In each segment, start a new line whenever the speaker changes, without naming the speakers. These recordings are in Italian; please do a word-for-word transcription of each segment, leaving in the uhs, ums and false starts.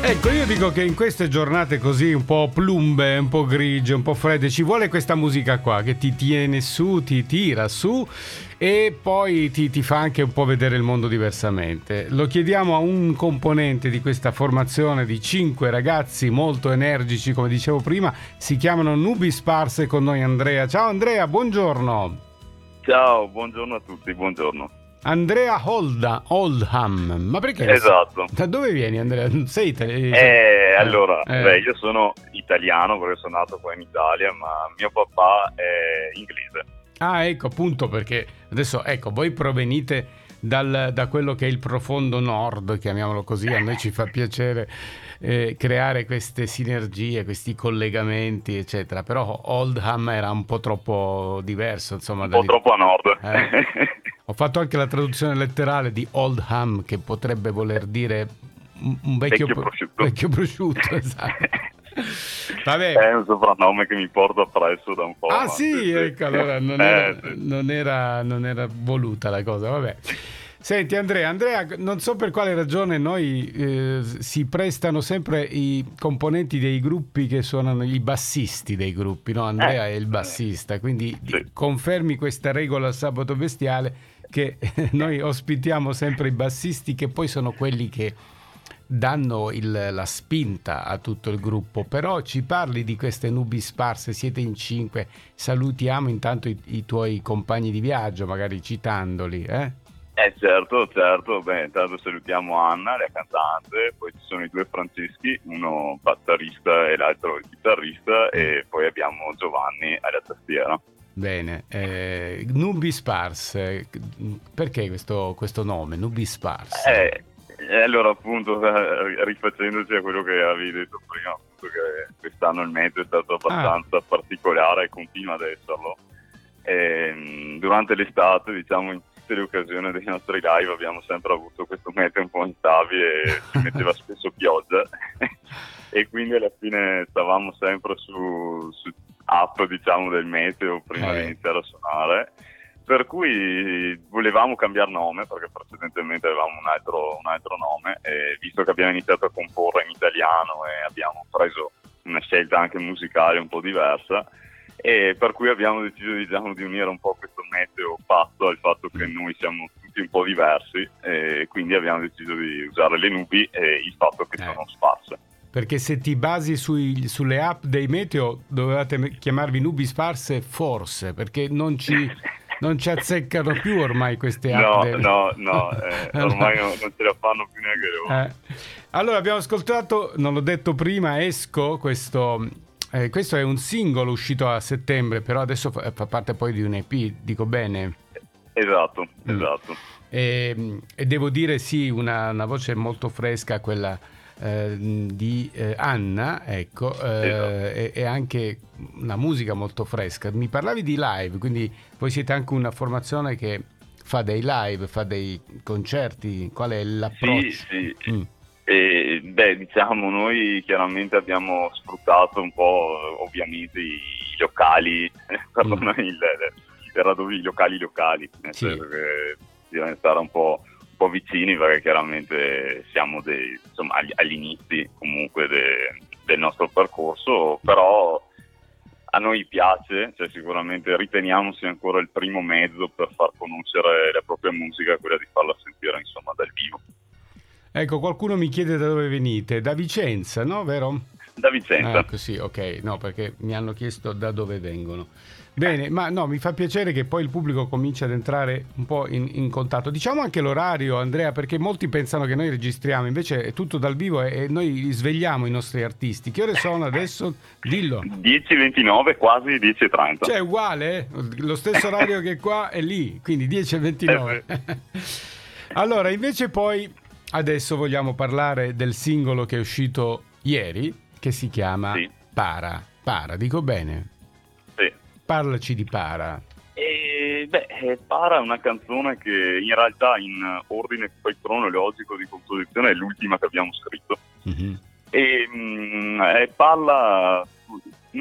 Ecco, io dico che in queste giornate così un po' plumbe, un po' grigie, un po' fredde, ci vuole questa musica qua che ti tiene su, ti tira su e poi ti, ti fa anche un po' vedere il mondo diversamente. Lo chiediamo a un componente di questa formazione di cinque ragazzi molto energici, come dicevo prima, si chiamano Nubi Sparse, con noi Andrea. Ciao Andrea, buongiorno.
Ciao, buongiorno a tutti, buongiorno.
Andrea Holda, Oldham, ma perché?
Esatto.
Da dove vieni Andrea? Sei italiano?
Eh, allora,
eh.
Beh, io sono italiano perché sono nato qua in Italia, ma mio papà è inglese.
Ah, ecco, appunto, perché adesso, ecco, voi provenite dal, da quello che è il profondo nord, chiamiamolo così, a noi ci fa piacere eh, creare queste sinergie, questi collegamenti, eccetera, però Oldham era un po' troppo diverso, insomma.
Un po' troppo a nord.
Eh. Ho fatto anche la traduzione letterale di Oldham, che potrebbe voler dire un vecchio,
vecchio prosciutto.
Vecchio prosciutto, esatto. Vabbè.
È un soprannome che mi porto appresso da un po'.
Ah sì, sì, ecco, allora non era,
eh, sì.
non, era, non era voluta la cosa, vabbè. Senti Andrea, Andrea, non so per quale ragione noi eh, si prestano sempre i componenti dei gruppi che suonano, i bassisti dei gruppi, no? Andrea
eh,
è il bassista, quindi
sì.
confermi questa regola Sabato Bestiale che noi ospitiamo sempre i bassisti, che poi sono quelli che danno il, la spinta a tutto il gruppo. Però ci parli di queste nubi sparse, siete in cinque, salutiamo intanto i, i tuoi compagni di viaggio, magari citandoli, eh?
Eh certo, certo, beh, intanto salutiamo Anna, la cantante, poi ci sono i due Franceschi, uno batterista e l'altro il chitarrista, mm. e poi abbiamo Giovanni alla tastiera.
Bene, eh, Nubi Sparse, perché questo, questo nome, Nubi Sparse?
Eh, E allora appunto rifacendoci a quello che avevi detto prima, appunto, che quest'anno il meteo è stato abbastanza ah. particolare e continua ad esserlo. E, durante l'estate, diciamo, in tutte le occasioni dei nostri live abbiamo sempre avuto questo meteo un po' instabile e ci metteva spesso pioggia e quindi alla fine stavamo sempre su, su app, diciamo, del meteo prima eh. di iniziare a suonare. Per cui volevamo cambiare nome, perché precedentemente avevamo un altro, un altro nome, e visto che abbiamo iniziato a comporre in italiano e abbiamo preso una scelta anche musicale un po' diversa, e per cui abbiamo deciso, diciamo, di unire un po' questo meteo fatto al fatto che noi siamo tutti un po' diversi, e quindi abbiamo deciso di usare le nubi e il fatto che eh. sono sparse.
Perché se ti basi sui, sulle app dei meteo dovevate chiamarvi nubi sparse forse, perché non ci... Non ci azzeccano più ormai queste app.
No,
del...
no, no, eh, ormai non, non ce la fanno più neanche loro.
Eh. Allora abbiamo ascoltato, non l'ho detto prima, Esco, questo, eh, questo è un singolo uscito a settembre, però adesso fa, fa parte poi di un E P, dico bene?
Esatto,
mm.
esatto.
E, e devo dire sì, una, una voce molto fresca, quella... Eh, di eh, Anna, ecco, eh, esatto. e, e anche una musica molto fresca. Mi parlavi di live, quindi voi siete anche una formazione che fa dei live, fa dei concerti. Qual è l'approccio?
Sì, sì. Mm. E, beh, diciamo, noi chiaramente abbiamo sfruttato un po', ovviamente, i locali, perdona, mm. il, il, i locali locali, nel
sì.
senso che bisogna stare un po' un po' vicini, perché chiaramente siamo dei, insomma, agli, agli inizi comunque de, del nostro percorso, però a noi piace, cioè sicuramente riteniamo sia ancora il primo mezzo per far conoscere la propria musica, quella di farla sentire, insomma, dal vivo.
Ecco, qualcuno mi chiede da dove venite, da Vicenza, no, vero?
Da Vicenza.
Ah, ecco, sì, ok, no, perché mi hanno chiesto da dove vengono. Bene, ma no, mi fa piacere che poi il pubblico cominci ad entrare un po' in, in contatto. Diciamo anche l'orario, Andrea, perché molti pensano che noi registriamo, invece è tutto dal vivo e, e noi svegliamo i nostri artisti. Che ore sono adesso? Dillo.
dieci e ventinove, quasi dieci e trenta.
Cioè, uguale, eh? Lo stesso orario che qua è lì, quindi dieci e ventinove.
Eh,
allora, invece poi adesso vogliamo parlare del singolo che è uscito ieri, che si chiama
sì.
Para. Para, dico bene?
Sì.
Parlaci di Para.
E, beh, Para è una canzone che in realtà in ordine cronologico di composizione è l'ultima che abbiamo scritto. Mm-hmm. E mh, parla mh?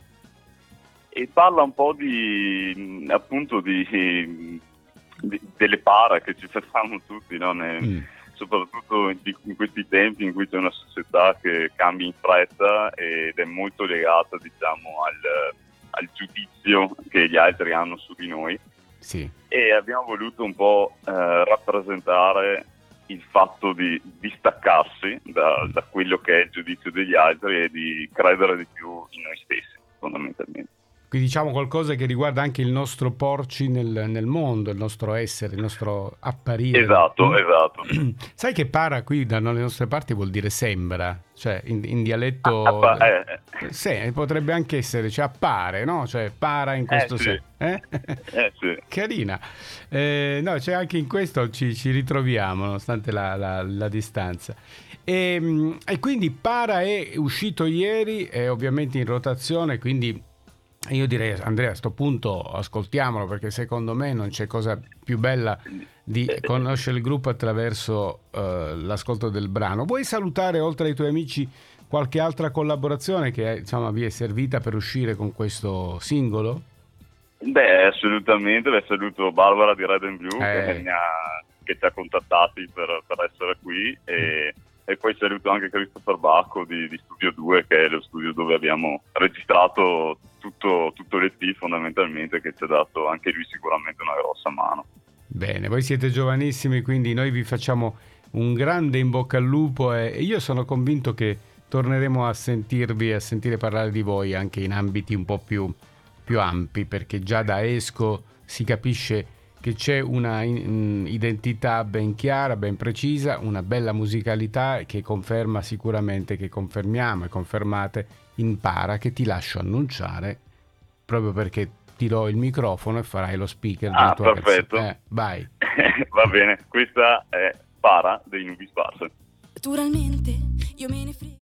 e parla un po' di appunto di, di delle para che ci facciamo tutti, no? Ne, mm. soprattutto in, in questi tempi in cui c'è una società che cambia in fretta ed è molto legata, diciamo, al, al giudizio che gli altri hanno su di noi.
Sì.
E abbiamo voluto un po' eh, rappresentare il fatto di distaccarsi da, da quello che è il giudizio degli altri e di credere di più in noi stessi, fondamentalmente.
Quindi diciamo qualcosa che riguarda anche il nostro porci nel, nel mondo, il nostro essere, il nostro apparire.
Esatto,
mm?
esatto.
Sai che para qui dalle nostre parti vuol dire sembra, cioè in, in dialetto
Ah, appa- eh.
sì, potrebbe anche essere, cioè appare, no? Cioè para in questo
Eh, sì.
senso. Eh?
Eh, sì.
Carina. Eh, no, cioè anche in questo ci, ci ritroviamo, nonostante la, la, la distanza. E, e quindi Para è uscito ieri, è ovviamente in rotazione, quindi io direi, Andrea, a sto punto ascoltiamolo, perché secondo me non c'è cosa più bella di conoscere il gruppo attraverso uh, l'ascolto del brano. Vuoi salutare, oltre ai tuoi amici, qualche altra collaborazione che insomma vi è servita per uscire con questo singolo?
Beh, assolutamente. Beh, saluto Barbara di Red and Blue
Eh.
che, mi ha, che ci ha contattati per, per essere qui e, e poi saluto anche Christopher Bacco di, di Studio due, che è lo studio dove abbiamo registrato tutto, tutto l'E P fondamentalmente, che ci ha dato anche lui sicuramente una grossa mano.
Bene, voi siete giovanissimi, quindi noi vi facciamo un grande in bocca al lupo e io sono convinto che torneremo a sentirvi, a sentire parlare di voi anche in ambiti un po' più, più ampi, perché già da esco si capisce che c'è una in, identità ben chiara, ben precisa, una bella musicalità che conferma sicuramente, che confermiamo e confermate in Para, che ti lascio annunciare proprio perché ti do il microfono e farai lo speaker della
Ah,
tua
perfetto.
canzone. Eh, vai.
Va bene, questa è Para dei Nubi Sparse.
Naturalmente io me ne frego.